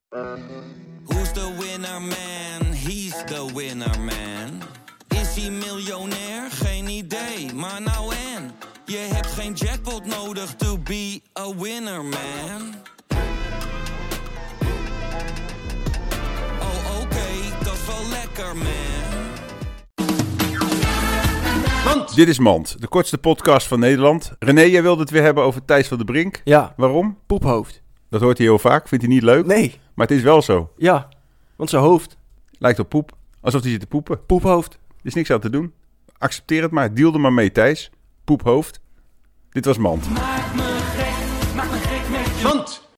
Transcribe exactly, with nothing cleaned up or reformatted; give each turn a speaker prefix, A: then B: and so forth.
A: Who's the winner man? He's the winner man. Is hij miljonair? Geen idee, maar nou en. Je hebt geen jackpot nodig to be a winner man. Oh oké, okay, dat is wel lekker man.
B: Mand. Dit is Mand, de kortste podcast van Nederland. René, jij wilde het weer hebben over Thijs van der Brink.
C: Ja.
B: Waarom?
C: Poephoofd.
B: Dat hoort hij heel vaak. Vindt hij niet leuk?
C: Nee.
B: Maar het is wel zo.
C: Ja, want zijn hoofd.
B: Lijkt op poep. Alsof hij zit te poepen.
C: Poephoofd.
B: Er is niks aan te doen. Accepteer het maar. Deal er maar mee, Thijs. Poephoofd. Dit was Mand.
A: Maak me gek, maak me gek met je.
B: Mand.